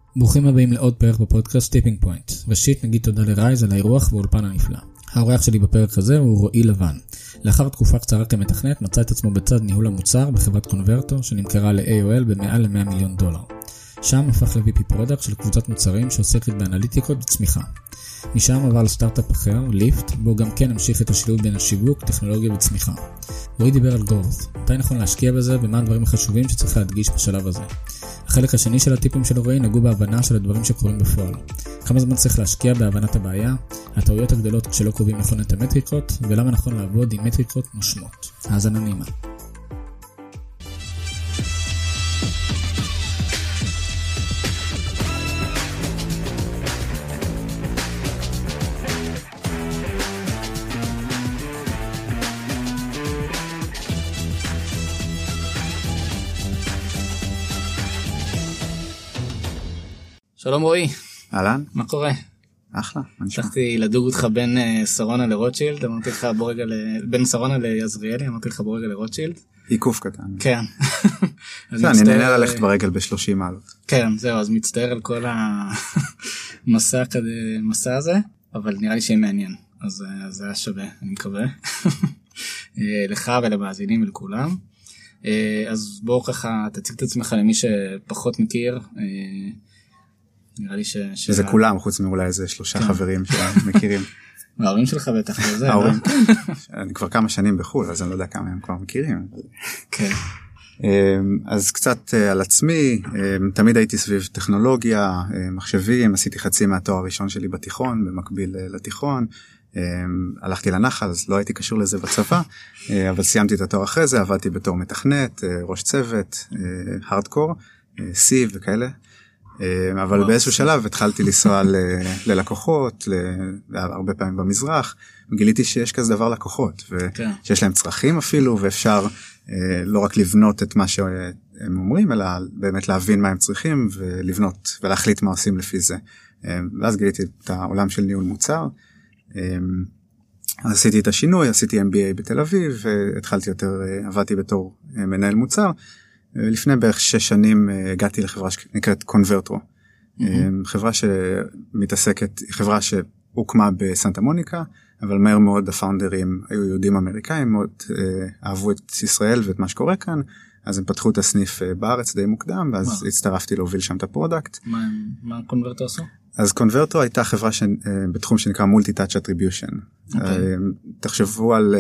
ברוכים הבאים לעוד פרק בפודקאסט טיפינג פוינט. ראשית נגיד תודה לרייז על האירוח ואולפן הנפלא. האורח שלי בפרק הזה הוא רועי לבן. לאחר תקופה קצרה כמתכנת מצא את עצמו בצד ניהול המוצר בחברת קונברטו שנמכרה ל-AOL במעל ל$100 מיליון. שם הפך ל-VP פרודקט של קבוצת מוצרים שעוסקת באנליטיקות וצמיחה. משם עבר לסטארט-אפ אחר, ליפט, בו גם כן המשיך את השילוב בין השיווק, טכנולוגיה וצמיחה. רועי דיבר על growth, מתי נכון להשקיע בזה ומה הדברים החשובים שצריך להדגיש בשלב הזה. החלק השני של הטיפים של רועי נגעו בהבנה של הדברים שקורים בפועל. כמה זמן צריך להשקיע בהבנת הבעיה, הטעויות הגדולות כשלא קובעים נכון את המטריקות, ולמה נכון לעבוד עם מטריקות נושמות. האזנה נעימה. שלום רועי. אהלן. מה קורה? אחלה. הצלחתי לדוג אותך בין שרונה לרוטשילד, אמרתי לך בוא רגע בין שרונה ליזריאלי, אמרתי לך בוא רגע לרוטשילד. עיקוף קטן. כן. אני נהנה ללכת ברגל ב-30 מעלות. כן, זהו, אז מצטער על כל המסע הזה, אבל נראה לי שיהיה מעניין, אז זה היה שווה, אני מקווה. לך ולמאזינים ולכולם. אז בואו ככה תציג את עצמך למי שפחות מכיר, נראה לי שזה כולם, חוץ מאולי איזה 3 חברים שמכירים. ההורים שלך בטח לזה. ההורים, אני כבר כמה שנים בחו"ל, אז אני לא יודע כמה הם כבר מכירים. כן. אז קצת על עצמי, תמיד הייתי סביב טכנולוגיה, מחשבים, עשיתי חצי מהתואר הראשון שלי בתיכון, במקביל לתיכון, הלכתי לנחל, אז לא הייתי קשור לזה בצבא, אבל סיימתי את התואר אחרי זה, עבדתי בתור מתכנת, ראש צוות, הארדקור, סיב וכאלה. אבל באיזשהו שלב התחלתי לנסוע ללקוחות, הרבה פעמים במזרח, וגיליתי שיש כזה דבר לקוחות, ושיש להם צרכים אפילו, ואפשר לא רק לבנות את מה שהם אומרים, אלא באמת להבין מה הם צריכים, ולבנות ולהחליט מה עושים לפי זה. ואז גיליתי את העולם של ניהול מוצר, עשיתי את השינוי, עשיתי MBA בתל אביב, והתחלתי יותר, עבדתי בתור מנהל מוצר, לפני בערך 6 שנים הגעתי לחברה שנקראת קונברטו, חברה שמתעסקת, חברה שהוקמה בסנטה מוניקה, אבל מהר מאוד הפאונדרים היו יהודים אמריקאים, מאוד אהבו את ישראל ואת מה שקורה כאן, אז הם פתחו את הסניף בארץ די מוקדם, ואז הצטרפתי להוביל שם את הפרודקט. מה קונברטו עשו? אז קונברטו הייתה חברה בתחום שנקרא מולטי-טאץ' אטריביושן. תחשבו על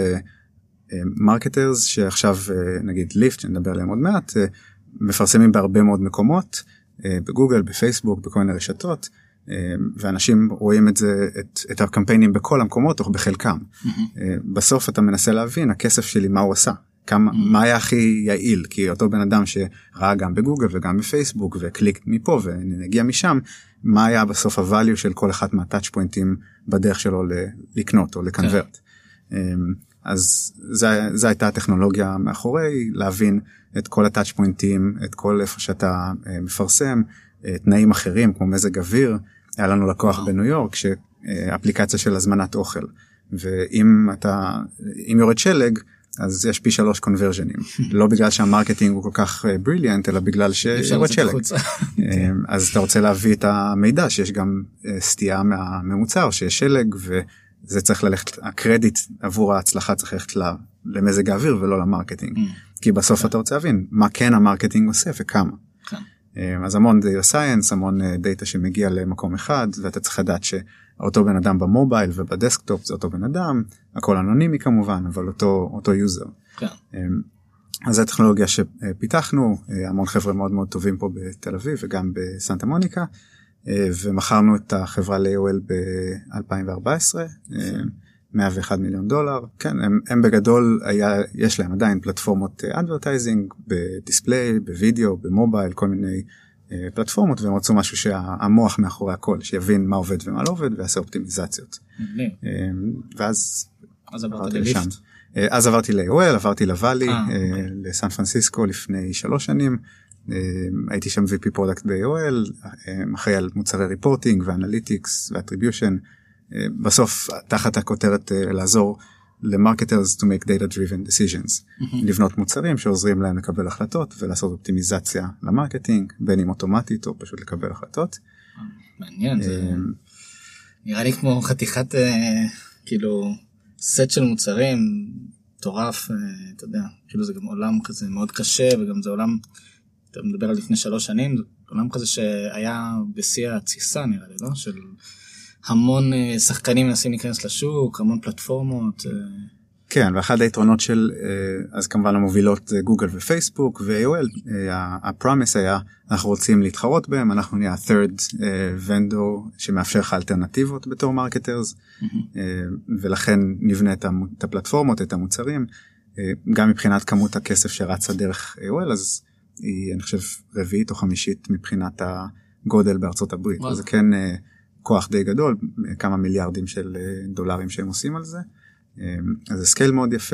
מרקטרס שעכשיו נגיד ליפט, שנדבר עליהם עוד מעט, מפרסמים בהרבה מאוד מקומות, בגוגל, בפייסבוק, בכל מיני רשתות, ואנשים רואים את זה, את הקמפיינים בכל המקומות, או בחלקם. בסוף אתה מנסה להבין, הכסף שלי, מה הוא עשה? מה היה הכי יעיל? כי אותו בן אדם שראה גם בגוגל וגם בפייסבוק, וקליק מפה ונגיע משם, מה היה בסוף הvalue של כל אחד מהטאץ' פוינטים בדרך שלו לקנות או לקנברט? אז זו הייתה הטכנולוגיה מאחורי, להבין את כל הטאץ' פוינטים, את כל איפה שאתה מפרסם, תנאים אחרים כמו מזג אוויר. היה לנו לקוח בניו יורק שאפליקציה של הזמנת אוכל, ואם יורד שלג, אז יש פי 3 קונברז'נים, לא בגלל שהמרקטינג הוא כל כך בריליאנט, אלא בגלל שיורד שלג. אז אתה רוצה להביא את המידע שיש גם סטייה מהממוצר, שיש שלג, וזה צריך ללכת, הקרדיט עבור ההצלחה צריך ללכת למזג האוויר ולא למרקטינג. כי בסוף אתה רוצה להבין מה כן המרקטינג עושה וכמה. אז המון דאטה סייאנס, המון דאטה שמגיע למקום אחד, ואתה צריך לדעת שאותו בן אדם במובייל ובדסקטופ זה אותו בן אדם, הכל אנונימי כמובן, אבל אותו יוזר. אז זו הטכנולוגיה שפיתחנו, המון חבר'ה מאוד מאוד טובים פה בתל אביב וגם בסנטה מוניקה, ומכרנו את החברה ל-AOL ב-2014, $101 מיליון. כן, הם בגדול יש להם עדיין פלטפורמות אדברטייזינג, בדיספליי, בווידאו, במובייל, כל מיני פלטפורמות, והם רצו משהו שהמוח מאחורי הכל, שיבין מה עובד ומה לא עובד, ועשה אופטימיזציות. ואז עברת לליפט. אז עברתי ל-AOL, עברתי לוואלי, לסן פרנסיסקו לפני 3 שנים, הייתי שם VP פרודקט ב-AOL, אחראי על מוצרי ריפורטינג ואנליטיקס ואטריביושן, בסוף תחת הכותרת לעזור ל-marketers to make data-driven decisions. לבנות מוצרים שעוזרים להם לקבל החלטות ולעשות אופטימיזציה למרקטינג, בין אם אוטומטית או פשוט לקבל החלטות. מעניין, זה נראה לי כמו חתיכת, כאילו, סט של מוצרים, מטורף, אתה יודע, כאילו זה גם עולם כזה מאוד קשה, וגם זה עולם, אתה מדבר על לפני 3 שנים, זה עולם כזה שהיה בשיא התסיסה נראה לי, לא? של המון שחקנים מנסים להיכנס לשוק, המון פלטפורמות. כן, ואחד היתרונות של, אז כמובן המובילות גוגל ופייסבוק ו-AOL, הפרומיס היה, אנחנו רוצים להתחרות בהם, אנחנו נהיה ה-third vendor שמאפשר לך אלטרנטיבות בתור מרקטרס, ולכן נבנה את הפלטפורמות, את המוצרים, גם מבחינת כמות הכסף שרצה דרך AOL, אז היא, אני חושב, רביעית או חמישית מבחינת הגודל בארצות הברית. אז זה כן כוח די גדול, כמה מיליארדים של דולרים שהם עושים על זה. אז זה סקייל מאוד יפה,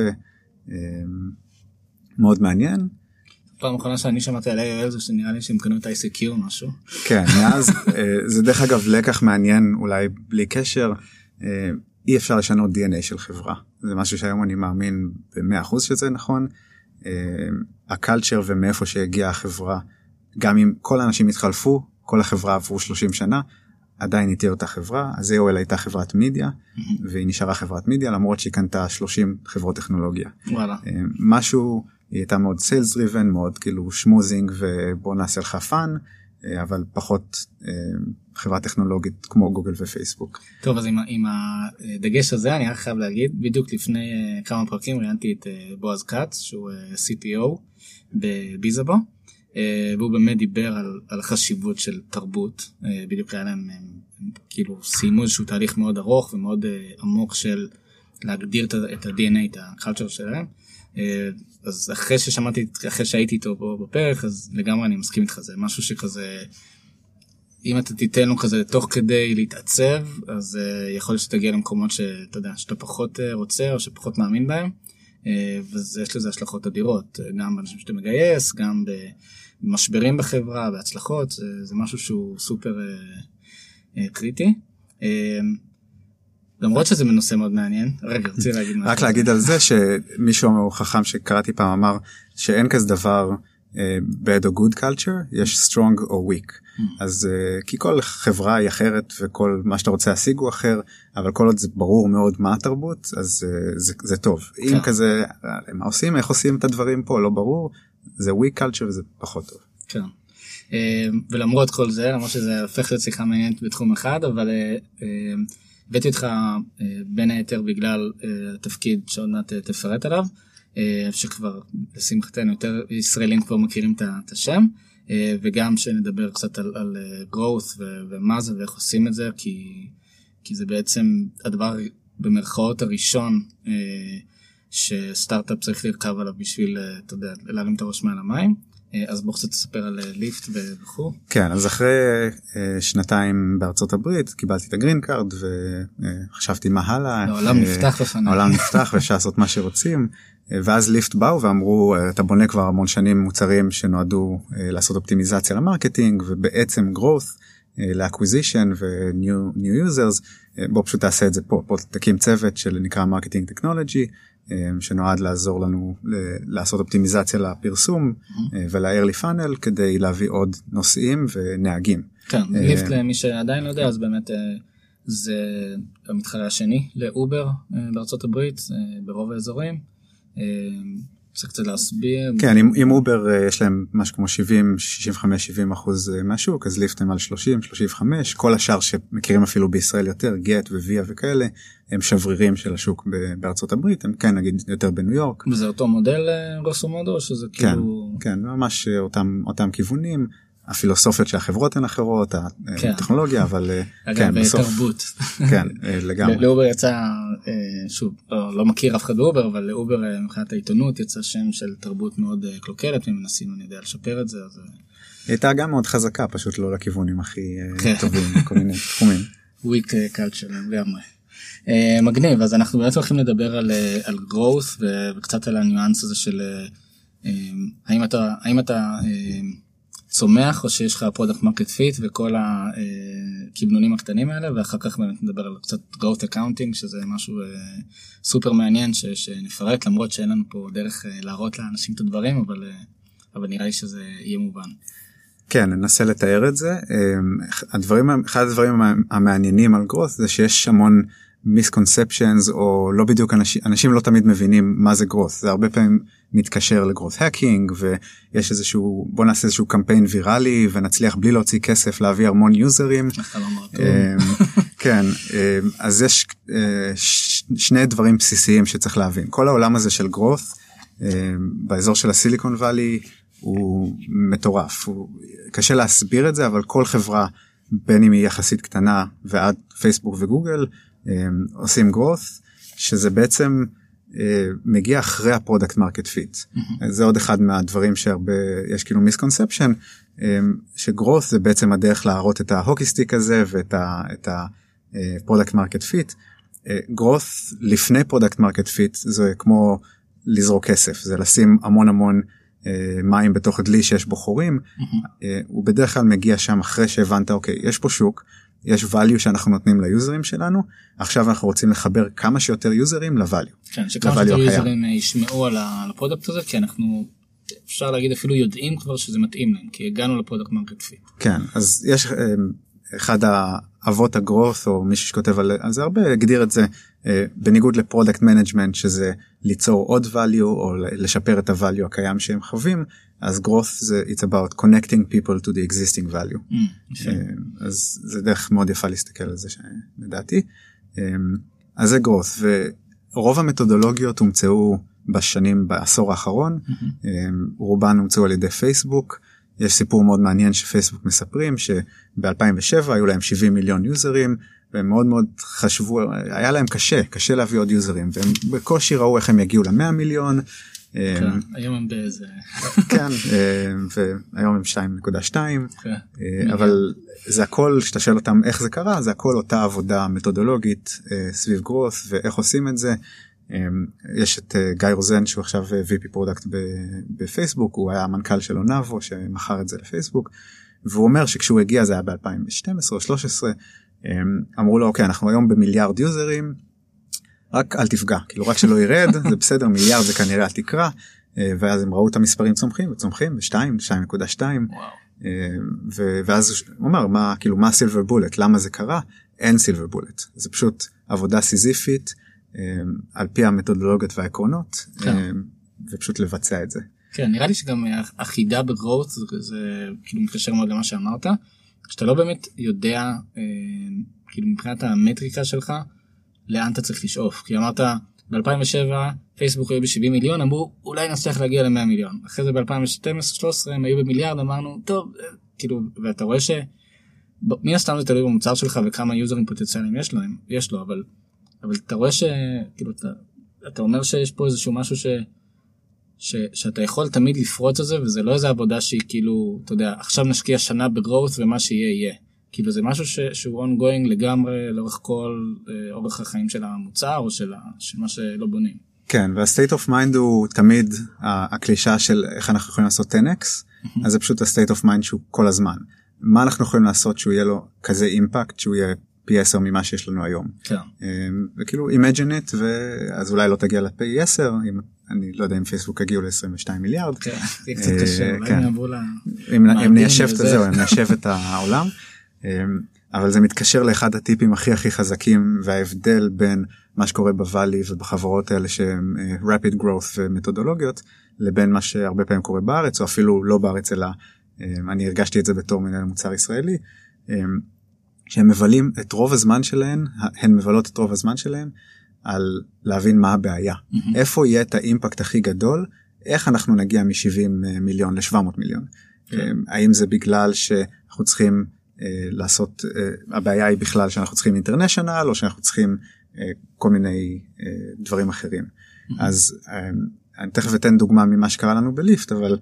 מאוד מעניין. פעם אחרונה שאני שמעתי על AOL זה שנראה לי שהם קנו את ICQ או משהו. כן, מאז, זה דרך אגב לקח מעניין, אולי בלי קשר, אי אפשר לשנות DNA של חברה. זה משהו שהיום אני מאמין ב100% שזה נכון. הקלצ'ר ומאיפה שהגיעה החברה, גם אם כל האנשים התחלפו, כל החברה עברו 30 שנה, עדיין התיר את החברה, אז AOL הייתה חברת מידיה, והיא נשארה חברת מידיה, למרות שהיא קנתה 30 חברות טכנולוגיה. וואלה. משהו, היא הייתה מאוד sales driven, מאוד כאילו שמוזינג, ובוא נעשה לך פאן, אבל פחות חברה טכנולוגית כמו גוגל ופייסבוק. טוב, אז עם הדגש הזה, אני רק חייב להגיד, בדיוק לפני כמה פרקים ראיינתי את בועז קאץ, שהוא CTO בביזאבו, והוא באמת דיבר על החשיבות של תרבות, בדיוק היה להם, כאילו סיימו איזשהו תהליך מאוד ארוך ומאוד עמוק של להגדיר את ה-DNA, את ה-culture שלהם, אז אחרי שהייתי איתו פה בפרק, אז לגמרי אני מסכים איתך, זה משהו שכזה, אם אתה תיתן לו כזה תוך כדי להתעצב, אז יכול להיות שתגיע למקומות שאתה יודע, שאתה פחות רוצה או שפחות מאמין בהם, ויש לזה השלכות אדירות, גם באנשים שאתה מגייס, גם במשברים בחברה, בהצלחות, זה משהו שהוא סופר קריטי. למרות שזה מנושא מאוד מעניין, רגע, רוצה להגיד משהו. רק להגיד על זה שמישהו חכם שקראתי פעם אמר שאין כזה דבר bad or good culture, יש strong or weak. אז כי כל חברה היא אחרת וכל מה שאתה רוצה להשיג הוא אחר, אבל כל עוד זה ברור מאוד מה התרבות, אז זה טוב. אם כזה, מה עושים, איך עושים את הדברים פה, לא ברור, זה weak culture וזה פחות טוב. כן. ולמרות כל זה, למרות שזה הופך להיות שיחה מעניינת בתחום אחד, אבל הבאתי אותך בין היתר בגלל התפקיד שעוד מעט תפרט עליו, שכבר לשמחתנו יותר ישראלים כבר מכירים את השם, וגם שנדבר קצת על growth ומה זה ואיך עושים את זה, כי זה בעצם הדבר במרכאות הראשון שסטארט-אפ צריך לרכב עליו בשביל, אתה יודע, להרים את הראש מעל המים. אז בוא קצת תספר על ליפט וכו'. כן, אז אחרי 2 בארצות הברית, קיבלתי את הגרין קארד וחשבתי מה הלאה. העולם נפתח בפניי. העולם נפתח ואפשר לעשות מה שרוצים. ואז ליפט באו ואמרו, אתה בונה כבר המון שנים מוצרים שנועדו לעשות אופטימיזציה למרקטינג, ובעצם growth, לאקוויזישן ו-new users, בוא פשוט תעשה את זה פה. פה תקים צוות שנקרא מרקטינג טכנולוגי, שנועד לעזור לנו לעשות אופטימיזציה לפרסום ול-early funnel כדי להביא עוד נושאים ונהגים. כן, ליפט למי שעדיין לא יודע, אז באמת זה המתחרה השני לאובר בארצות הברית, ברוב האזורים. צריך קצת להסביר. כן, עם אובר יש להם משהו כמו 65-70% מהשוק, אז ליפט הם על 30-35, כל השאר שמכירים אפילו בישראל יותר, גט וויה וכאלה, הם שברירים של השוק בארצות הברית, הם כן נגיד יותר בניו יורק. וזה אותו מודל גרוסו מודו, שזה כאילו... כן, ממש אותם כיוונים, הפילוסופיות של החברות הן אחרות, הטכנולוגיה, אבל כן, בסוף. תרבות. כן, לגמרי. לאובר יצא, שוב, לא מכיר אף אחד באובר, אבל לאובר מבחינת העיתונות יצא שם של תרבות מאוד קלוקלת, ומנסים, אני יודע, לשפר את זה. היא הייתה גם מאוד חזקה, פשוט לא לכיוונים הכי טובים, כל מיני תחומים. וויק קלצ'ר, לגמרי. מגניב, אז אנחנו באמת הולכים לדבר על growth, וקצת על הניואנס הזה של, האם אתה צומח, או שיש לך פרודקט מרקט פיט וכל הכיוונונים הקטנים האלה, ואחר כך באמת נדבר על קצת growth accounting, שזה משהו סופר מעניין שנפרט, למרות שאין לנו פה דרך להראות לאנשים את הדברים, אבל נראה לי שזה יהיה מובן. כן, ננסה לתאר את זה. אחד הדברים המעניינים על growth זה שיש המון misconceptions, או לא בדיוק אנשים לא תמיד מבינים מה זה growth. זה הרבה פעמים מתקשר לגרוס האקינג, ויש איזשהו, בוא נעשה איזשהו קמפיין ויראלי, ונצליח בלי להוציא כסף להביא המון יוזרים. כן, אז יש שני דברים בסיסיים שצריך להבין. כל העולם הזה של גרוס, באזור של הסיליקון ואלי, הוא מטורף. קשה להסביר את זה, אבל כל חברה, בין אם היא יחסית קטנה, ועד פייסבוק וגוגל, עושים גרוס, שזה בעצם מגיע אחרי הפרודקט מרקט פיט. זה עוד אחד מהדברים שהרבה, יש כאילו מיסקונספשן, שגרוס זה בעצם הדרך להראות את ההוקיסטיק הזה, ואת הפרודקט מרקט פיט. גרוס לפני פרודקט מרקט פיט, זה כמו לזרוק כסף, זה לשים המון מים בתוך דלי שיש בו חורים, הוא בדרך כלל מגיע שם אחרי שהבנת, אוקיי, יש פה שוק, יש value שאנחנו נותנים ליוזרים שלנו, עכשיו אנחנו רוצים לחבר כמה שיותר יוזרים ל-value. כן, שכמה שיותר יוזרים ישמעו על הפרודקט הזה, כי אנחנו, אפשר להגיד אפילו יודעים כבר שזה מתאים להם, כי הגענו לפרודקט מרקט פיט. כן, אז יש אחד האבות הגרוס, או מישהו שכותב על זה הרבה, הגדיר את זה בניגוד לפרודקט מנג'מנט, שזה ליצור עוד value, או לשפר את ה-value הקיים שהם חווים, אז growth זה it's about connecting people to the existing value. אז זה דרך מאוד יפה להסתכל על זה לדעתי. אז זה growth, ורוב המתודולוגיות הומצאו בעשור האחרון, רובן הומצאו על ידי פייסבוק. יש סיפור מאוד מעניין שפייסבוק מספרים, שב-2007 היו להם 70 מיליון יוזרים, והם מאוד מאוד חשבו, היה להם קשה להביא עוד יוזרים, והם בקושי ראו איך הם יגיעו ל100 מיליון, היום הם באיזה... כן, והיום הם 2.2, אבל זה הכל, שאתה שואל אותם איך זה קרה, זה הכל אותה עבודה מתודולוגית סביב גרוס, ואיך עושים את זה. יש את גיא רוזן, שהוא עכשיו VP פרודקט בפייסבוק, הוא היה המנכ"ל של אונאבו, שמכר את זה לפייסבוק, והוא אומר שכשהוא הגיע, זה היה ב-2012 או 2013, אמרו לו, אוקיי, אנחנו היום במיליארד יוזרים, רק אל תפגע, כאילו רק שלא ירד, זה בסדר, מיליארד זה כנראה התקרה, ואז הם ראו את המספרים צומחים, ב-2, 2.2, ואז הוא אומר, מה סילבר בולט, למה זה קרה? אין סילבר בולט, זה פשוט עבודה סיזיפית, על פי המתודולוגיות והעקרונות, ופשוט לבצע את זה. כן, נראה לי שגם אחידה בגרוט, זה כאילו מתקשר מאוד למה שאמרת, שאתה לא באמת יודע, כאילו מבחינת המטריקה שלך, לאן אתה צריך לשאוף. כי אמרת, ב-2007 פייסבוק היו ב-70 מיליון, אמרו, אולי נצליח להגיע ל100 מיליון. אחרי זה ב-2012-2013 הם היו במיליארד, אמרנו, טוב, כאילו, ואתה רואה מן הסתם זה תלוי במוצר שלך וכמה יוזרים פוטנציאליים יש לו, אבל אתה רואה כאילו, אתה אומר שיש פה איזשהו משהו שאתה יכול תמיד לפרוץ את זה, וזה לא איזו עבודה שהיא כאילו, אתה יודע, עכשיו נשקיע שנה בגרוס ומה שיהיה. כאילו זה משהו שהוא ongoing לגמרי לאורך כל אורך החיים של המוצר או של מה שלא בונים. כן, וה-state of mind הוא תמיד הקלישה של איך אנחנו יכולים לעשות 10x, אז זה פשוט ה-state of mind שהוא כל הזמן. מה אנחנו יכולים לעשות שהוא יהיה לו כזה אימפקט, שהוא יהיה פי 10 ממה שיש לנו היום. כן. וכאילו imagine it, אז אולי לא תגיע לפי 10, אני לא יודע אם פייסבוק הגיעו ל-22 מיליארד. כן, זה קצת קשה, אולי נעבור אם ניישב את זה, אם ניישב את העולם. אבל זה מתקשר לאחד הטיפים הכי חזקים, וההבדל בין מה שקורה בוואלי ובחברות האלה שהם rapid growth ומתודולוגיות, לבין מה שהרבה פעמים קורה בארץ, או אפילו לא בארץ, אלא אני הרגשתי את זה בתור מנהל מוצר ישראלי, שהם מבלים את רוב הזמן שלהם, הן מבלות את רוב הזמן שלהם, על להבין מה הבעיה. איפה יהיה את האימפקט הכי גדול, איך אנחנו נגיע מ-70 מיליון ל-700 מיליון. האם זה בגלל שאנחנו צריכים לעשות, הבעיה היא בכלל שאנחנו צריכים אינטרנשיונל, או שאנחנו צריכים כל מיני דברים אחרים. אז אני תכף אתן דוגמה ממה שקרה לנו בליפט, אבל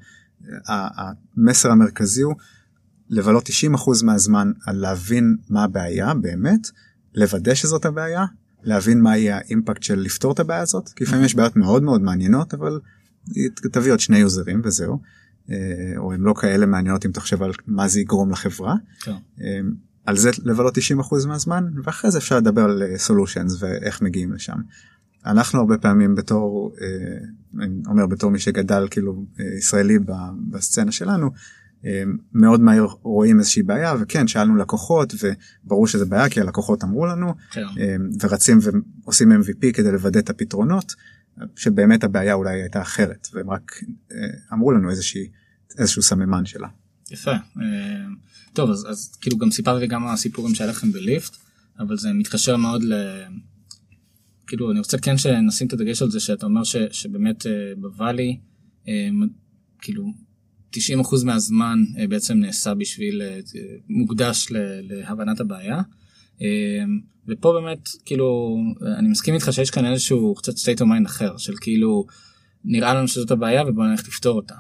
המסר המרכזי הוא לבלות 90% מהזמן על להבין מה הבעיה באמת, לוודא שזאת הבעיה, להבין מה יהיה האימפקט של לפתור את הבעיה הזאת, כי לפעמים יש בעיות מאוד מאוד מעניינות, אבל תביא עוד 2 יוזרים וזהו, או הם לא כאלה מעניינות אם תחשב על מה זה יגרום לחברה. על זה לבלות 90% מהזמן, ואחרי זה אפשר לדבר על solutions ואיך מגיעים לשם. אנחנו הרבה פעמים בתור, אני אומר בתור מי שגדל כאילו ישראלי בסצנה שלנו, מאוד מהר רואים איזושהי בעיה, וכן, שאלנו לקוחות, וברור שזה בעיה, כי הלקוחות אמרו לנו, ורצים ועושים MVP כדי לוודא את הפתרונות, שבאמת הבעיה אולי הייתה אחרת, והם רק אמרו לנו איזשהו סממן שלה. יפה. טוב, אז כאילו גם סיפרתי גם הסיפורים שהיה לכם בליפט, אבל זה מתקשר מאוד כאילו, אני רוצה כן שנשים את הדגש על זה, שאתה אומר שבאמת בוואלי, כאילו, 90% מהזמן בעצם נעשה בשביל, מוקדש להבנת הבעיה. ופה באמת, כאילו, אני מסכים איתך שיש כאן איזשהו קצת state of mind אחר, של כאילו, נראה לנו שזאת הבעיה, ובואו נלך לפתור אותה.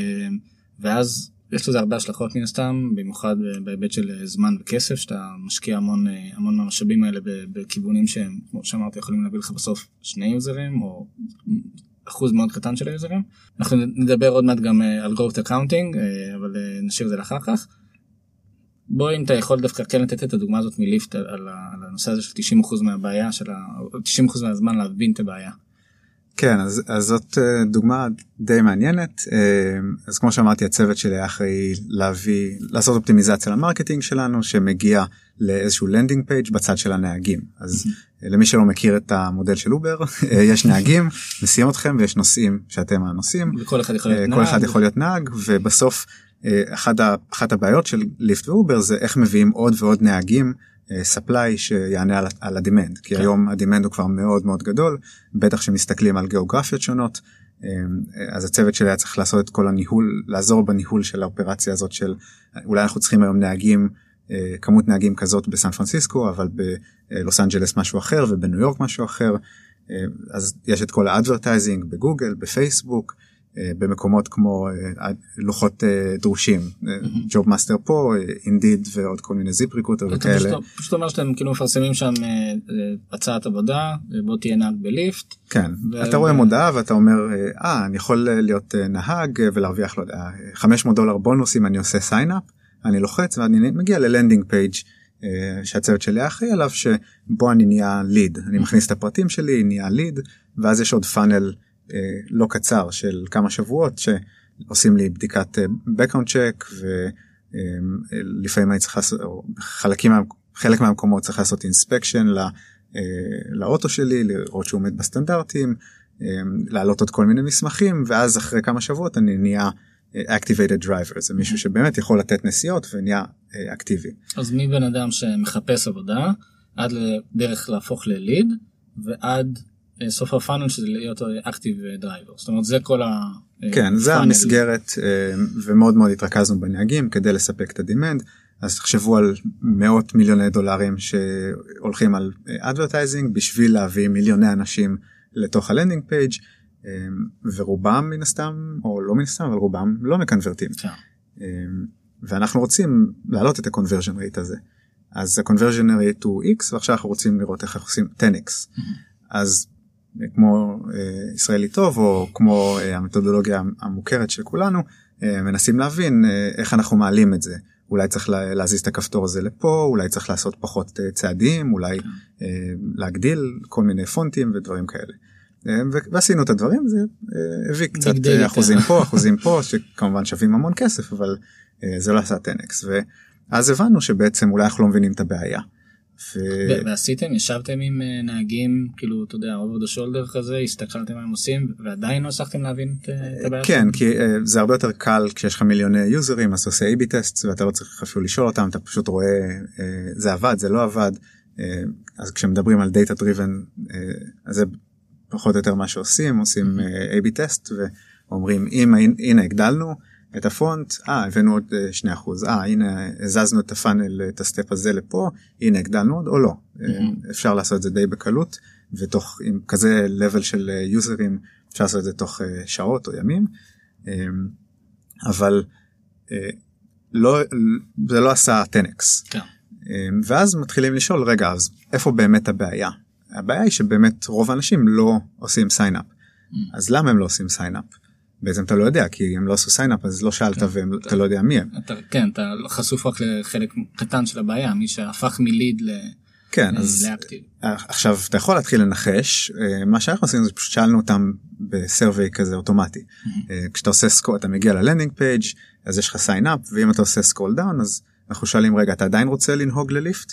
ואז יש לזה הרבה השלכות מן הסתם, במיוחד בהיבט של זמן וכסף, שאתה משקיע המון מהמשאבים האלה בכיוונים שהם, כמו שאמרתי, יכולים להביא לך בסוף 2 יוזרים, או אחוז מאוד קטן של היוזרים. אנחנו נדבר עוד מעט גם על growth accounting, אבל נשאיר את זה לאחר כך. בוא, אם אתה יכול דווקא כן לתת את הדוגמה הזאת מליפט על הנושא הזה של 90% מהבעיה, 90% מהזמן להבין את הבעיה. כן, אז זאת דוגמה די מעניינת. אז כמו שאמרתי, הצוות שלי היה אחרי לעשות אופטימיזציה למרקטינג שלנו, שמגיע לאיזשהו לנדינג פייג' בצד של הנהגים. אז למי שלא מכיר את המודל של אובר, יש נהגים, מסיעים אתכם, ויש שאתם הנוסעים. וכל אחד יכול להיות נהג, ובסוף אחת הבעיות של ליפט ואובר זה איך מביאים עוד ועוד נהגים, supply שיענה על הדימנד, כי היום הדימנד הוא כבר מאוד מאוד גדול, בטח שמסתכלים על גיאוגרפיות שונות, אז הצוות שלי היה צריך לעשות את כל הניהול, לעזור בניהול של האופרציה הזאת של, אולי אנחנו צריכים היום נהגים, כמות נהגים כזאת בסן פרנסיסקו, אבל בלוס אנג'לס משהו אחר, ובניו יורק משהו אחר, אז יש את כל האדברטייזינג בגוגל, בפייסבוק, במקומות כמו לוחות דרושים, ג'וב מאסטר פה, אינדיד ועוד כל מיני זיפ ריקרוטר וכאלה. פשוט אומר שאתם כאילו מפרסמים שם הצעת עבודה, בוא תהיה נהג בליפט. כן, אתה רואה מודעה ואתה אומר, אני יכול להיות נהג ולהרוויח, לא יודע, $500 בונוס אם אני עושה סיין-אפ, אני לוחץ ואני מגיע ללנדינג פייג' שהצוות שלי אחראי עליו, שבו אני נהיה ליד, אני מכניס את הפרטים שלי, נהיה ליד, ואז יש עוד פאנל לא קצר של כמה שבועות שעושים לי בדיקת background check, ולפעמים אני צריך לעשות, חלק מהמקומות צריך לעשות inspection לאוטו שלי, לראות שהוא עומד בסטנדרטים, להעלות עוד כל מיני מסמכים, ואז אחרי כמה שבועות אני נהיה activated driver, זה מישהו שבאמת יכול לתת נסיעות ונהיה אקטיבי. אז מי בן אדם שמחפש עבודה, עד לדרך להפוך לליד, ועד סוף הפאנל שזה להיות אקטיב דרייבר. זאת אומרת, זה כל כן, זה המסגרת, ומאוד מאוד התרכזנו בנהגים כדי לספק את הדימנד. אז תחשבו על מאות מיליוני דולרים שהולכים על אדברטייזינג, בשביל להביא מיליוני אנשים לתוך הלנדינג פייג', ורובם מן הסתם, או לא מן הסתם, אבל רובם לא מקנברטים. ואנחנו רוצים להעלות את ה-conversion rate הזה. אז ה-conversion rate הוא X, ועכשיו אנחנו רוצים לראות איך עושים 10X. אז כמו ישראלי טוב, או כמו המתודולוגיה המוכרת של כולנו, מנסים להבין איך אנחנו מעלים את זה. אולי צריך להזיז את הכפתור הזה לפה, אולי צריך לעשות פחות צעדים, אולי להגדיל כל מיני פונטים ודברים כאלה. ועשינו את הדברים, זה הביא קצת אחוזים פה, שכמובן שווים המון כסף, אבל זה לא עשה 10X. ואז הבנו שבעצם אולי אנחנו לא מבינים את הבעיה. ועשיתם, ישבתם עם נהגים, כאילו, אתה יודע, over the shoulder כזה, הסתכלתם מה הם עושים, ועדיין לא הצלחתם להבין את הבעיה? כן, כי זה הרבה יותר קל כשיש לך מיליוני יוזרים, אז עושה A/B טסט, ואתה לא צריך אפילו לשאול אותם, אתה פשוט רואה, זה עבד, זה לא עבד, אז כשמדברים על data driven, אז זה פחות או יותר מה שעושים, עושים A/B טסט, ואומרים, הנה הגדלנו את הפונט, הבאנו עוד 2%, הנה הזזנו את הפאנל, את הסטפ הזה לפה, הנה הגדלנו עוד או לא. אפשר לעשות את זה די בקלות, ותוך, עם כזה level של יוזרים, אפשר לעשות את זה תוך שעות או ימים, אבל זה לא עשה 10X. ואז מתחילים לשאול, רגע, אז איפה באמת הבעיה? הבעיה היא שבאמת רוב האנשים לא עושים sign-up. אז למה הם לא עושים sign-up? בעצם אתה לא יודע, כי הם לא עשו סיינאפ, אז לא שאלת ואתה לא יודע מי הם. כן, אתה חשוף רק לחלק קטן של הבעיה, מי שהפך מליד לאקטיב. עכשיו, אתה יכול להתחיל לנחש, מה שאנחנו עשינו זה פשוט שאלנו אותם בסרווי כזה אוטומטי. כשאתה עושה סקול, אתה מגיע ללנדינג פייג', אז יש לך סיינאפ, ואם אתה עושה סקול דאון, אז אנחנו שואלים, רגע, אתה עדיין רוצה לנהוג לליפט?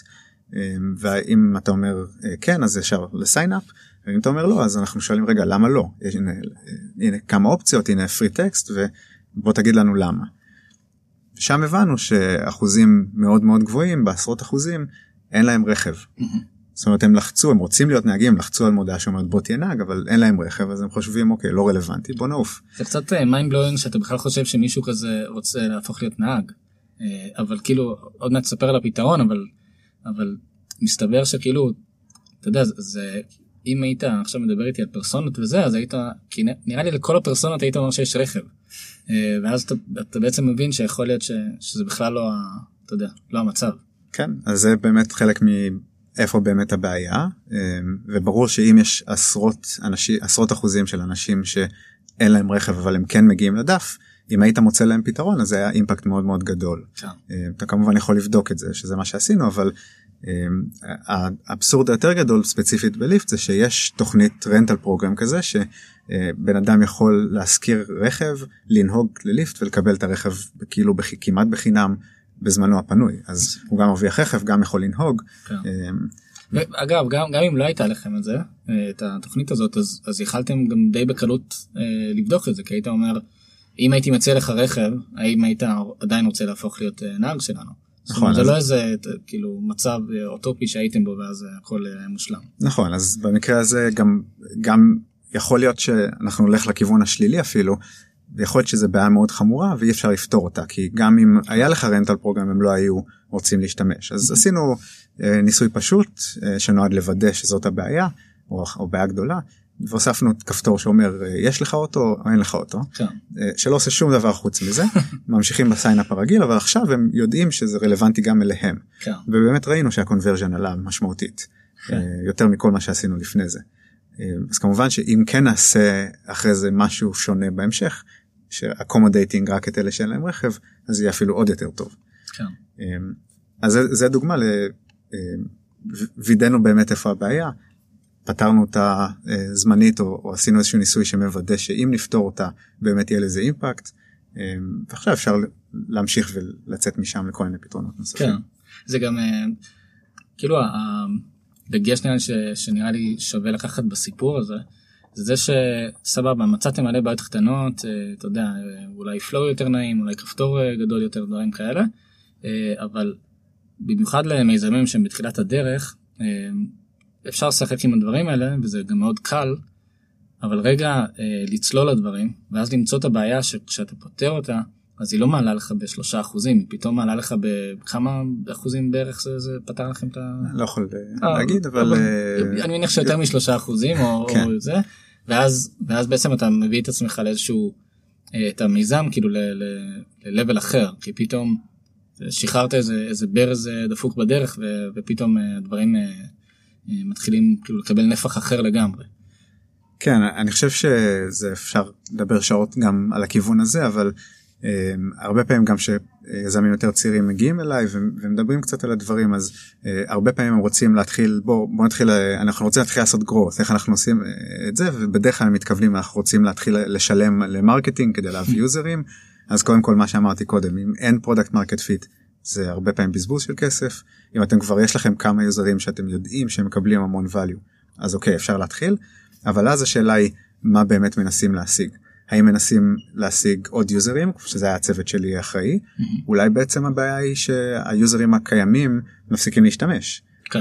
ואם אתה אומר כן, אז ישר לסיינאפ, ואם אתה אומר לא, אז אנחנו שואלים, רגע, למה לא? הנה כמה אופציות, הנה פרי טקסט, ובוא תגיד לנו למה. שם הבנו שאחוזים מאוד מאוד גבוהים, בעשרות אחוזים, אין להם רכב. זאת אומרת, הם לחצו, הם רוצים להיות נהגים, לחצו על מודעה שאומרת בוא תהיה נהג, אבל אין להם רכב, אז הם חושבים, אוקיי, לא רלוונטי, בוא נעוף. זה קצת mind blowing שאתה בכלל חושב שמישהו כזה רוצה להפוך להיות נהג. אבל כאילו, עוד מעט תספר על הפתרון, אבל מסתבר שכאילו, אתה יודע, זה, אם היית עכשיו מדבר איתי על פרסונות וזה, אז היית, כי נראה לי לכל הפרסונות היית אומר שיש רכב. ואז אתה בעצם מבין שיכול להיות שזה בכלל לא, אתה יודע, לא המצב. כן, אז זה באמת חלק מאיפה באמת הבעיה, וברור שאם יש עשרות אחוזים של אנשים שאין להם רכב, אבל הם כן מגיעים לדף, אם היית מוצא להם פתרון, אז זה היה אימפקט מאוד מאוד גדול. אתה כמובן יכול לבדוק את זה, שזה מה שעשינו, אבל האבסורד היותר גדול ספציפית בליפט, זה שיש תוכנית רנטל פרוגרם כזה, שבן אדם יכול להשכיר רכב, לנהוג לליפט ולקבל את הרכב כאילו כמעט בחינם בזמנו הפנוי. אז הוא גם מרוויח רכב, גם יכול לנהוג. אגב, גם אם לא הייתה לכם את זה, את התוכנית הזאת, אז יכלתם גם די בקלות לבדוק את זה, כי היית אומר, אם הייתי מציע לך רכב, האם היית עדיין רוצה להפוך להיות נהג שלנו? נכון. זה לא איזה כאילו מצב אוטופי שהייתם בו, ואז הכל מושלם. נכון, אז במקרה הזה גם יכול להיות שאנחנו נלך לכיוון השלילי אפילו, ויכול להיות שזה בעיה מאוד חמורה, ואי אפשר לפתור אותה, כי גם אם היה לך רנטל פרוגרם, הם לא היו רוצים להשתמש. אז עשינו ניסוי פשוט, שנועד לוודא שזאת הבעיה, או בעיה גדולה, והוספנו כפתור שאומר, יש לך אוטו או אין לך אוטו, שלא עושה שום דבר חוץ מזה, ממשיכים בסיינאפ הרגיל, אבל עכשיו הם יודעים שזה רלוונטי גם אליהם. ובאמת ראינו שהקונברז'ן עלה משמעותית, יותר מכל מה שעשינו לפני זה. אז כמובן שאם כן נעשה אחרי זה משהו שונה בהמשך, שאקומודייטינג רק את אלה שאין להם רכב, אז יהיה אפילו עוד יותר טוב. אז זה דוגמה, וידאנו באמת איפה הבעיה, פתרנו אותה זמנית, או עשינו איזשהו ניסוי שמוודא שאם נפתור אותה, באמת יהיה לזה אימפקט, ועכשיו אפשר להמשיך ולצאת משם לכל מיני פתרונות נוספים. כן, זה גם, כאילו, הדגש שנראה לי שווה לקחת בסיפור הזה, זה שסבבה, מצאתם מלא בעיות קטנות, אתה יודע, אולי פלואו יותר נעים, אולי כפתור גדול יותר, דברים כאלה, אבל במיוחד למיזמים שהם בתחילת הדרך, אפשר לשחק עם הדברים האלה, וזה גם מאוד קל, אבל רגע לצלול לדברים, ואז למצוא את הבעיה שכשאתה פותר אותה, אז היא לא מעלה לך ב3%, היא פתאום מעלה לך בכמה אחוזים בערך זה פתר לכם את ה... לא יכול להגיד, אבל... אני מניח שיותר מ3% או זה, ואז בעצם אתה מביא את עצמך לאיזשהו, את המיזם כאילו ל-level אחר, כי פתאום שחררת איזה ברז דפוק בדרך, ופתאום הדברים מתחילים כאילו לקבל נפח אחר לגמרי. כן, אני חושב שזה אפשר לדבר שעות גם על הכיוון הזה, אבל הרבה פעמים גם שיזמים יותר צעירים מגיעים אליי ומדברים קצת על הדברים, אז הרבה פעמים הם רוצים להתחיל, בוא נתחיל, אנחנו רוצים להתחיל לעשות growth, איך אנחנו עושים את זה, ובדרך כלל הם מתכוונים, אנחנו רוצים להתחיל לשלם למרקטינג כדי להביא יוזרים, אז קודם כל מה שאמרתי קודם, אם אין פרודקט מרקט פיט, זה הרבה פעמים בזבוז של כסף, אם אתם כבר יש לכם כמה יוזרים שאתם יודעים שהם מקבלים המון value, אז אוקיי, אפשר להתחיל, אבל אז השאלה היא, מה באמת מנסים להשיג? האם מנסים להשיג עוד יוזרים, שזה היה הצוות שלי אחראי, אולי בעצם הבעיה היא שהיוזרים הקיימים מפסיקים להשתמש,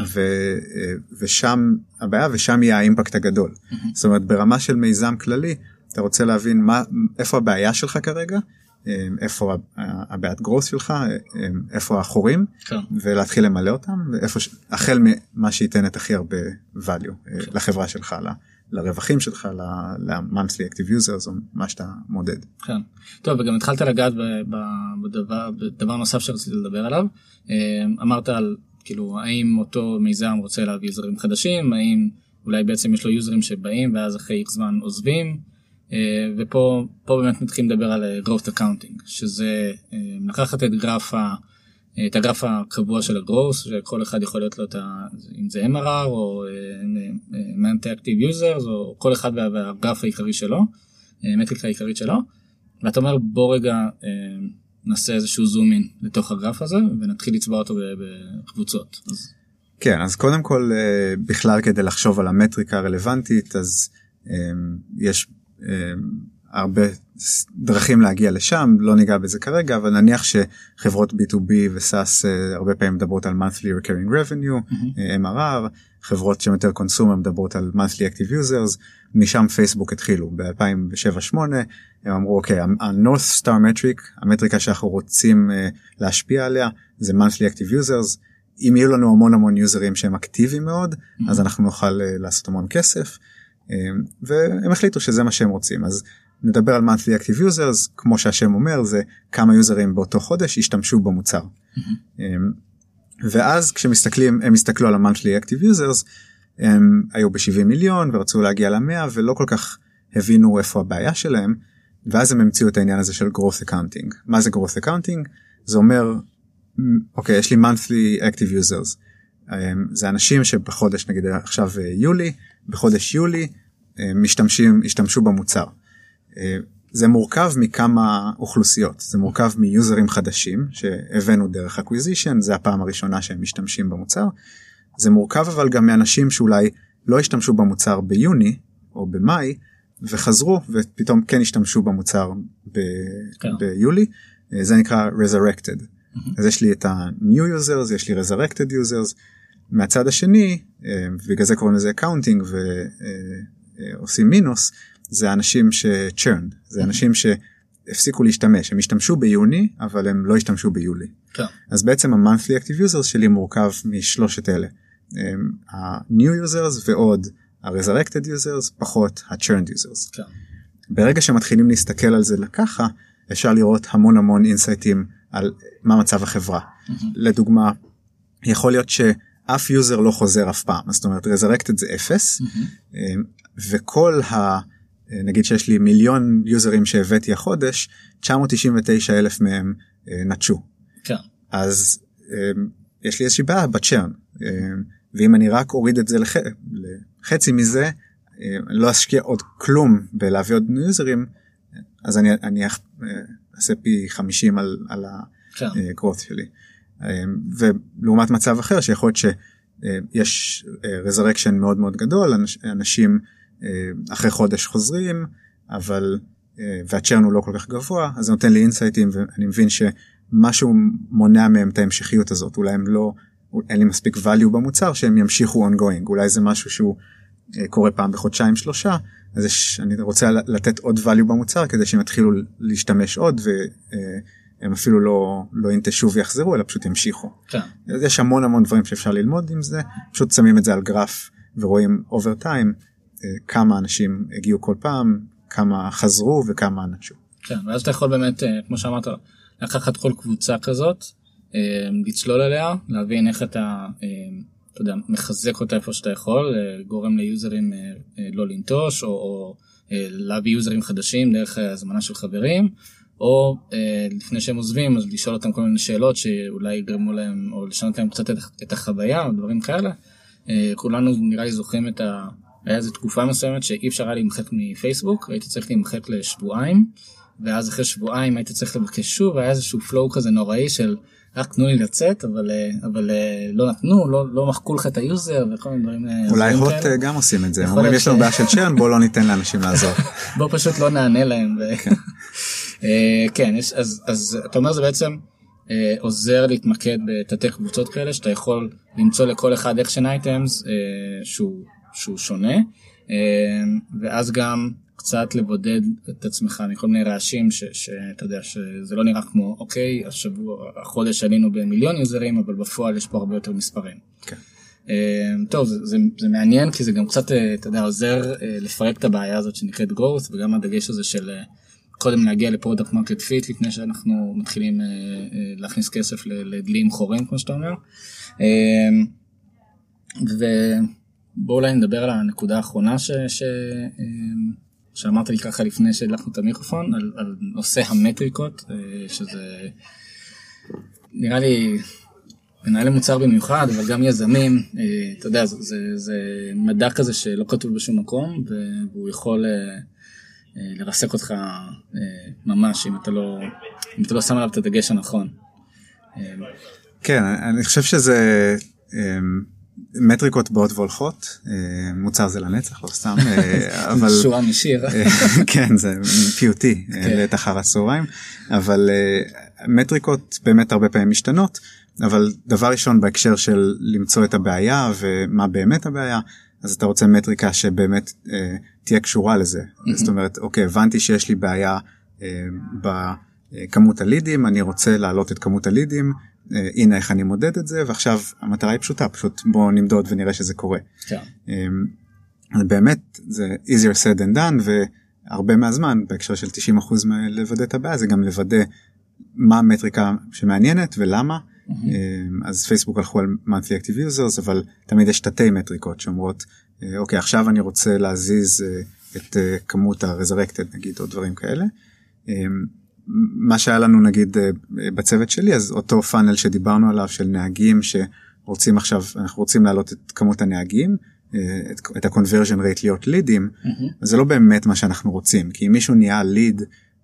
ושם הבעיה, ושם יהיה האימפקט הגדול. זאת אומרת, ברמה של מיזם כללי, אתה רוצה להבין איפה הבעיה שלך כרגע, איפה הבעיית גרוס שלך, איפה האחורים, ולהתחיל למלא אותם, החל ממה שייתן את הכי הרבה value לחברה שלך, לרווחים שלך, ל-monthly active users, או מה שאתה מודד. כן. טוב, וגם התחלת לגעת בדבר נוסף שרציתי לדבר עליו. אמרת על, כאילו, האם אותו מיזם רוצה להביא יוזרים חדשים, האם אולי בעצם יש לו יוזרים שבאים, ואז אחרי X זמן עוזבים, ופה באמת מתחילים לדבר על growth accounting, שזה לקחת את הגרף הקבוע של הגרוס, שכל אחד יכול להיות לו אם זה MRR או Monthly Active Users, או כל אחד והגרף העיקרי שלו, מטריקה העיקרית שלו, ואתה אומר בוא רגע נעשה איזשהו זום-אין לתוך הגרף הזה, ונתחיל לצבע אותו בקבוצות. כן, אז קודם כל בכלל כדי לחשוב על המטריקה הרלוונטית, אז יש הרבה דרכים להגיע לשם, לא ניגע בזה כרגע, אבל נניח שחברות B2B ו-SaaS הרבה פעמים מדברות על monthly recurring revenue, MRR, חברות שהן יותר קונסומר מדברות על monthly active users, משם פייסבוק התחילו, ב-2007-2008, הם אמרו, אוקיי, ה-North Star metric, המטריקה שאנחנו רוצים להשפיע עליה, זה monthly active users, אם יהיו לנו המון יוזרים שהם אקטיביים מאוד, אז אנחנו נוכל לעשות המון כסף, והם החליטו שזה מה שהם רוצים, אז נדבר על monthly active users, כמו שהשם אומר, זה כמה יוזרים באותו חודש ישתמשו במוצר. ואז כשמסתכלים, הם הסתכלו על ה-monthly active users, הם היו ב-70 מיליון ורצו להגיע ל-100, ולא כל כך הבינו איפה הבעיה שלהם, ואז הם המציאו את העניין הזה של growth accounting. מה זה growth accounting? זה אומר, אוקיי, יש לי monthly active users. זה אנשים שבחודש, נגיד עכשיו יולי, בחודש יולי, השתמשו במוצר. זה מורכב מכמה אוכלוסיות, זה מורכב מיוזרים חדשים שהבאנו דרך acquisition, זה הפעם הראשונה שהם משתמשים במוצר, זה מורכב אבל גם מאנשים שאולי לא השתמשו במוצר ביוני או במאי, וחזרו ופתאום כן השתמשו במוצר ביולי, זה נקרא resurrected. אז יש לי את ה-new users, יש לי resurrected users, מהצד השני, בגלל זה קוראים לזה accounting ועושים מינוס, זה אנשים ש-churn, זה אנשים שהפסיקו להשתמש, הם השתמשו ביוני, אבל הם לא השתמשו ביולי. אז בעצם ה-monthly active users שלי מורכב משלושת אלה, ה-new users ועוד ה-resurrected users, פחות ה-churned users. ברגע שמתחילים להסתכל על זה ככה, אפשר לראות המון אינסייטים על מה מצב החברה. לדוגמה, יכול להיות שאף יוזר לא חוזר אף פעם, זאת אומרת, resurrected זה 0, וכל נגיד שיש לי 1,000,000 יוזרים שהבאתי החודש, 999,000 מהם נטשו. כן. אז יש לי איזושהי בעיה בצ'רן, ואם אני רק אוריד את זה לחצי מזה, אני לא אשקיע עוד כלום בלהביא עוד יוזרים, אז אני אעשה פי 50 על הקרוט שלי. ולעומת מצב אחר, שיכול להיות שיש resurrection מאוד גדול, אנשים אחרי חודש חוזרים, אבל, והצ'רן הוא לא כל כך גבוה, אז זה נותן לי אינסייטים, ואני מבין שמשהו מונע מהם את ההמשכיות הזאת, אולי הם לא, אין לי מספיק value במוצר, שהם ימשיכו ongoing, אולי זה משהו שהוא קורה פעם בחודשיים 3, אז אני רוצה לתת עוד value במוצר, כדי שהם יתחילו להשתמש עוד, והם אפילו לא ינטשו ויחזרו, אלא פשוט ימשיכו. כן. אז יש המון דברים שאפשר ללמוד עם זה, פשוט שמים את זה על גרף, ורואים over time, כמה אנשים הגיעו כל פעם, כמה חזרו וכמה נטשו. כן, ואז אתה יכול באמת, כמו שאמרת, לקחת כל קבוצה כזאת, לצלול עליה, להבין איך אתה יודע, מחזק אותה איפה שאתה יכול, גורם ליוזרים לא לנטוש, או להביא יוזרים חדשים דרך הזמנה של חברים, או לפני שהם עוזבים, אז לשאול אותם כל מיני שאלות שאולי יגרמו להם, או לשנות להם קצת את החוויה, או דברים כאלה. כולנו נראה לי זוכרים היה איזו תקופה מסוימת שאי אפשר היה להימחק מפייסבוק, הייתי צריך להימחק לשבועיים, ואז אחרי שבועיים הייתי צריך לבקש שוב, והיה איזשהו פלואו כזה נוראי של רק תנו לי לצאת, אבל לא נתנו, לא מחקו לך את היוזר וכל מיני דברים. אולי הוט גם עושים את זה, אומרים יש לנו בעיה של צ'רן, בואו לא ניתן לאנשים לעזור. בואו פשוט לא נענה להם. כן, אז אתה אומר זה בעצם עוזר להתמקד בתתי קבוצות כאלה, שאתה יכול למצוא לכל אחד אקשן אייטמס שהוא שונה, ואז גם קצת לבודד את עצמך מכל מיני רעשים שאתה יודע שזה לא נראה כמו אוקיי, החודש עלינו ב1,000,000 יוזרים, אבל בפועל יש פה הרבה יותר מספרים. כן. טוב, זה מעניין, כי זה גם קצת, אתה יודע, עוזר לפרק את הבעיה הזאת שנקראת growth, וגם הדגש הזה של קודם להגיע לפרודקט מרקט פיט, לפני שאנחנו מתחילים להכניס כסף לדלים חורים, כמו שאתה אומר. ובואו אולי נדבר על הנקודה האחרונה שאמרת לי ככה לפני שהלכנו את המיקרופון, על נושא המטריקות, שזה נראה לי מנהלי מוצר במיוחד, אבל גם יזמים, אתה יודע, זה מדע כזה שלא כתוב בשום מקום, והוא יכול לרסק אותך ממש, אם אתה לא שם עליו את הדגש הנכון. כן, אני חושב שזה מטריקות באות והולכות, מוצר זה לנצח, לא סתם, אבל... שורה משיר. כן, זה פיוטי, לעת אחר הצהריים, אבל מטריקות באמת הרבה פעמים משתנות, אבל דבר ראשון בהקשר של למצוא את הבעיה ומה באמת הבעיה, אז אתה רוצה מטריקה שבאמת תהיה קשורה לזה. זאת אומרת, אוקיי, הבנתי שיש לי בעיה בכמות הלידים, אני רוצה להעלות את כמות הלידים, הנה איך אני מודד את זה, ועכשיו המטרה היא פשוטה, פשוט בואו נמדוד ונראה שזה קורה. באמת, זה easier said than done, והרבה מהזמן, בהקשר של 90% לוודא את הבעיה, זה גם לוודא מה המטריקה שמעניינת ולמה. אז פייסבוק הלכו על monthly active users, אבל תמיד יש תתי מטריקות שאומרות, אוקיי, עכשיו אני רוצה להזיז את כמות ה-resurrected, נגיד, או דברים כאלה. מה שהיה לנו נגיד בצוות שלי, אז אותו פאנל שדיברנו עליו של נהגים שרוצים עכשיו, אנחנו רוצים להעלות את כמות הנהגים, את ה-conversion rate להיות לידים, זה לא באמת מה שאנחנו רוצים, כי אם מישהו נהיה ליד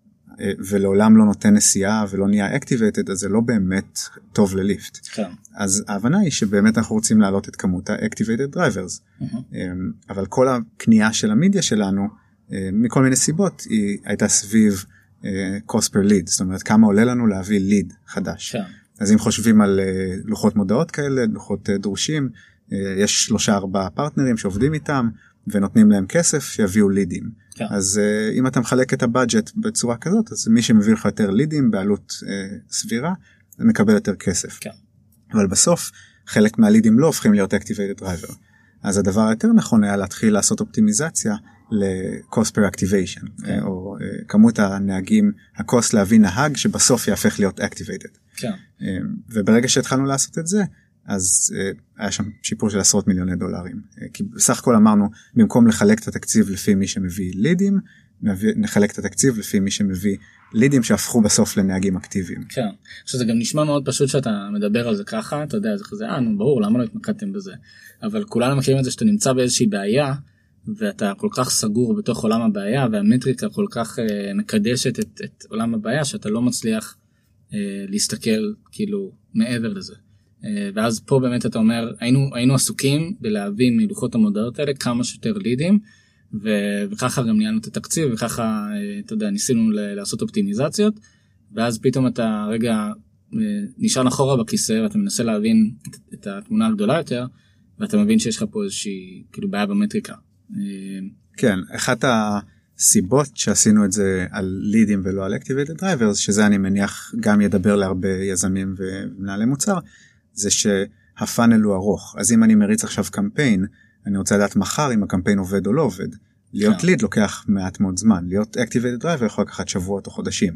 ולעולם לא נותן נסיעה ולא נהיה activated, אז זה לא באמת טוב לליפט. אז ההבנה היא שבאמת אנחנו רוצים להעלות את כמות ה-activated drivers, אבל כל הקנייה של המדיה שלנו, מכל מיני סיבות, היא הייתה סביב cost per lead, זאת אומרת כמה עולה לנו להביא ליד חדש. אז אם חושבים על לוחות מודעות כאלה, לוחות דרושים, יש 3-4 פרטנרים שעובדים איתם, ונותנים להם כסף שיביאו לידים. אז אם אתה מחלק את הבאג'ט בצורה כזאת, אז מי שמביא לך יותר לידים בעלות סבירה, זה מקבל יותר כסף. אבל בסוף, חלק מהלידים לא הופכים להיות activated driver. אז הדבר היותר נכון היה להתחיל לעשות אופטימיזציה ל-cost per activation, או כמות הנהגים, ה-cost להביא נהג שבסוף יהפך להיות activated. וברגע שהתחלנו לעשות את זה, אז היה שם שיפור של עשרות מיליוני דולרים. כי בסך הכל אמרנו, במקום לחלק את התקציב לפי מי שמביא לידים, נחלק את התקציב לפי מי שמביא לידים שהפכו בסוף לנהגים אקטיביים. כן, שזה גם נשמע מאוד פשוט שאתה מדבר על זה ככה, אתה יודע, זה כזה, נו, ברור, למה לא התמקדתם בזה? אבל כולנו מכירים את זה שאתה נמצא באיזושהי בעיה, ואתה כל כך סגור בתוך עולם הבעיה, והמטריקה כל כך מקדשת את עולם הבעיה, שאתה לא מצליח להסתכל כאילו מעבר לזה. ואז פה באמת אתה אומר, היינו עסוקים בלהביא מלוחות המודעות האלה כמה שיותר לידים, וככה גם ניהלנו את התקציב, וככה, אתה יודע, ניסינו לעשות אופטימיזציות, ואז פתאום אתה רגע נשאר אחורה בכיסא, ואתה מנסה להבין את התמונה הגדולה יותר, ואתה מבין שיש לך פה איזושהי, כאילו, בעיה במטריקה. כן, אחת הסיבות שעשינו את זה על לידים ולא על activated drivers, שזה אני מניח גם ידבר להרבה יזמים ומנהלי מוצר, זה שהפאנל הוא ארוך. אז אם אני מריץ עכשיו קמפיין, אני רוצה לדעת מחר אם הקמפיין עובד או לא עובד. להיות ליד לוקח מעט מאוד זמן. להיות activated driver יכול לקחת שבועות או חודשים.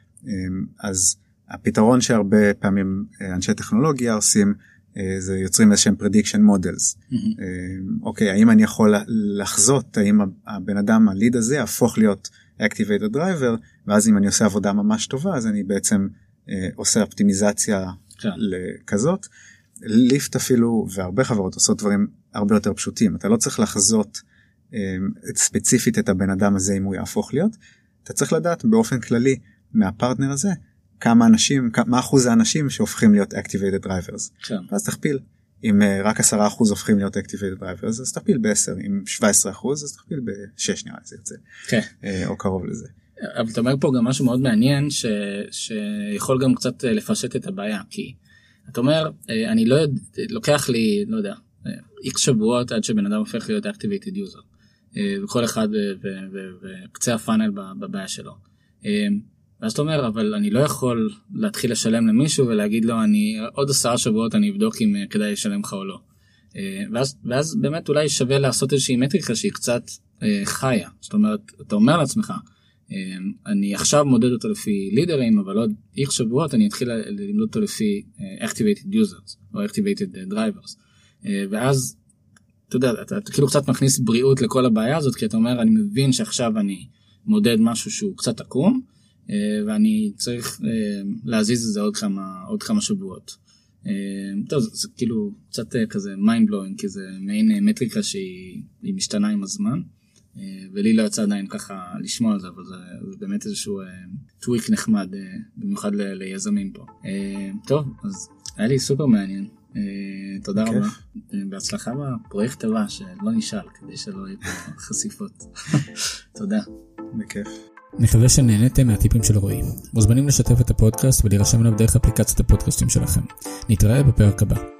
אז הפתרון שהרבה פעמים אנשי טכנולוגיה עושים, זה יוצרים איזשהם prediction models. אוקיי, האם אני יכול לחזות, האם הבן אדם, הליד הזה, הפוך להיות activated driver, ואז אם אני עושה עבודה ממש טובה, אז אני בעצם עושה אופטימיזציה לכזאת. ליפט אפילו, והרבה חברות עושות דברים הרבה יותר פשוטים. אתה לא צריך לחזות ספציפית את הבן אדם הזה אם הוא יהפוך להיות. אתה צריך לדעת באופן כללי מהפרטנר הזה, כמה אנשים, מה אחוז האנשים שהופכים להיות activated drivers. אז תכפיל. אם רק 10% הופכים להיות activated drivers, אז תכפיל ב-10. אם 17%, אז תכפיל ב-6 נראה זה יוצא. או קרוב לזה. אבל אתה אומר פה גם משהו מאוד מעניין, שיכול גם קצת לפשט את הבעיה, כי אתה אומר, אני לא יודע, לוקח לי, לא יודע, X שבועות עד שבן אדם הופך להיות activated user, וכל אחד וקצה הפאנל בבעיה שלו. ואז אתה אומר, אבל אני לא יכול להתחיל לשלם למישהו ולהגיד לו, עוד 10 שבועות אני אבדוק אם כדאי לשלם לך או לא. ואז באמת אולי שווה לעשות איזושהי מטריקה שהיא קצת חיה. זאת אומרת, אתה אומר לעצמך, אני עכשיו מודד אותו לפי לידרים, אבל עוד X שבועות אני אתחיל למדוד אותו לפי activated users, או activated drivers. ואז אתה יודע, אתה כאילו קצת מכניס בריאות לכל הבעיה הזאת, כי אתה אומר, אני מבין שעכשיו אני מודד משהו שהוא קצת עקום, ואני צריך להזיז את זה עוד כמה שבועות. טוב, זה כאילו קצת כזה mind blowing, כי זה מעין מטריקה שהיא משתנה עם הזמן, ולי לא יצא עדיין ככה לשמוע על זה, אבל זה באמת איזשהו טוויק נחמד, במיוחד ליזמים פה. טוב, אז היה לי סופר מעניין. תודה רבה. בהצלחה בפרויקט הבא שלא נשאל, כדי שלא יהיו פה חשיפות. תודה. בכיף. מקווה שנהנתם מהטיפים של רועי. מוזמנים לשתף את הפודקאסט ולהירשם אליו דרך אפליקציית הפודקאסטים שלכם. נתראה בפרק הבא.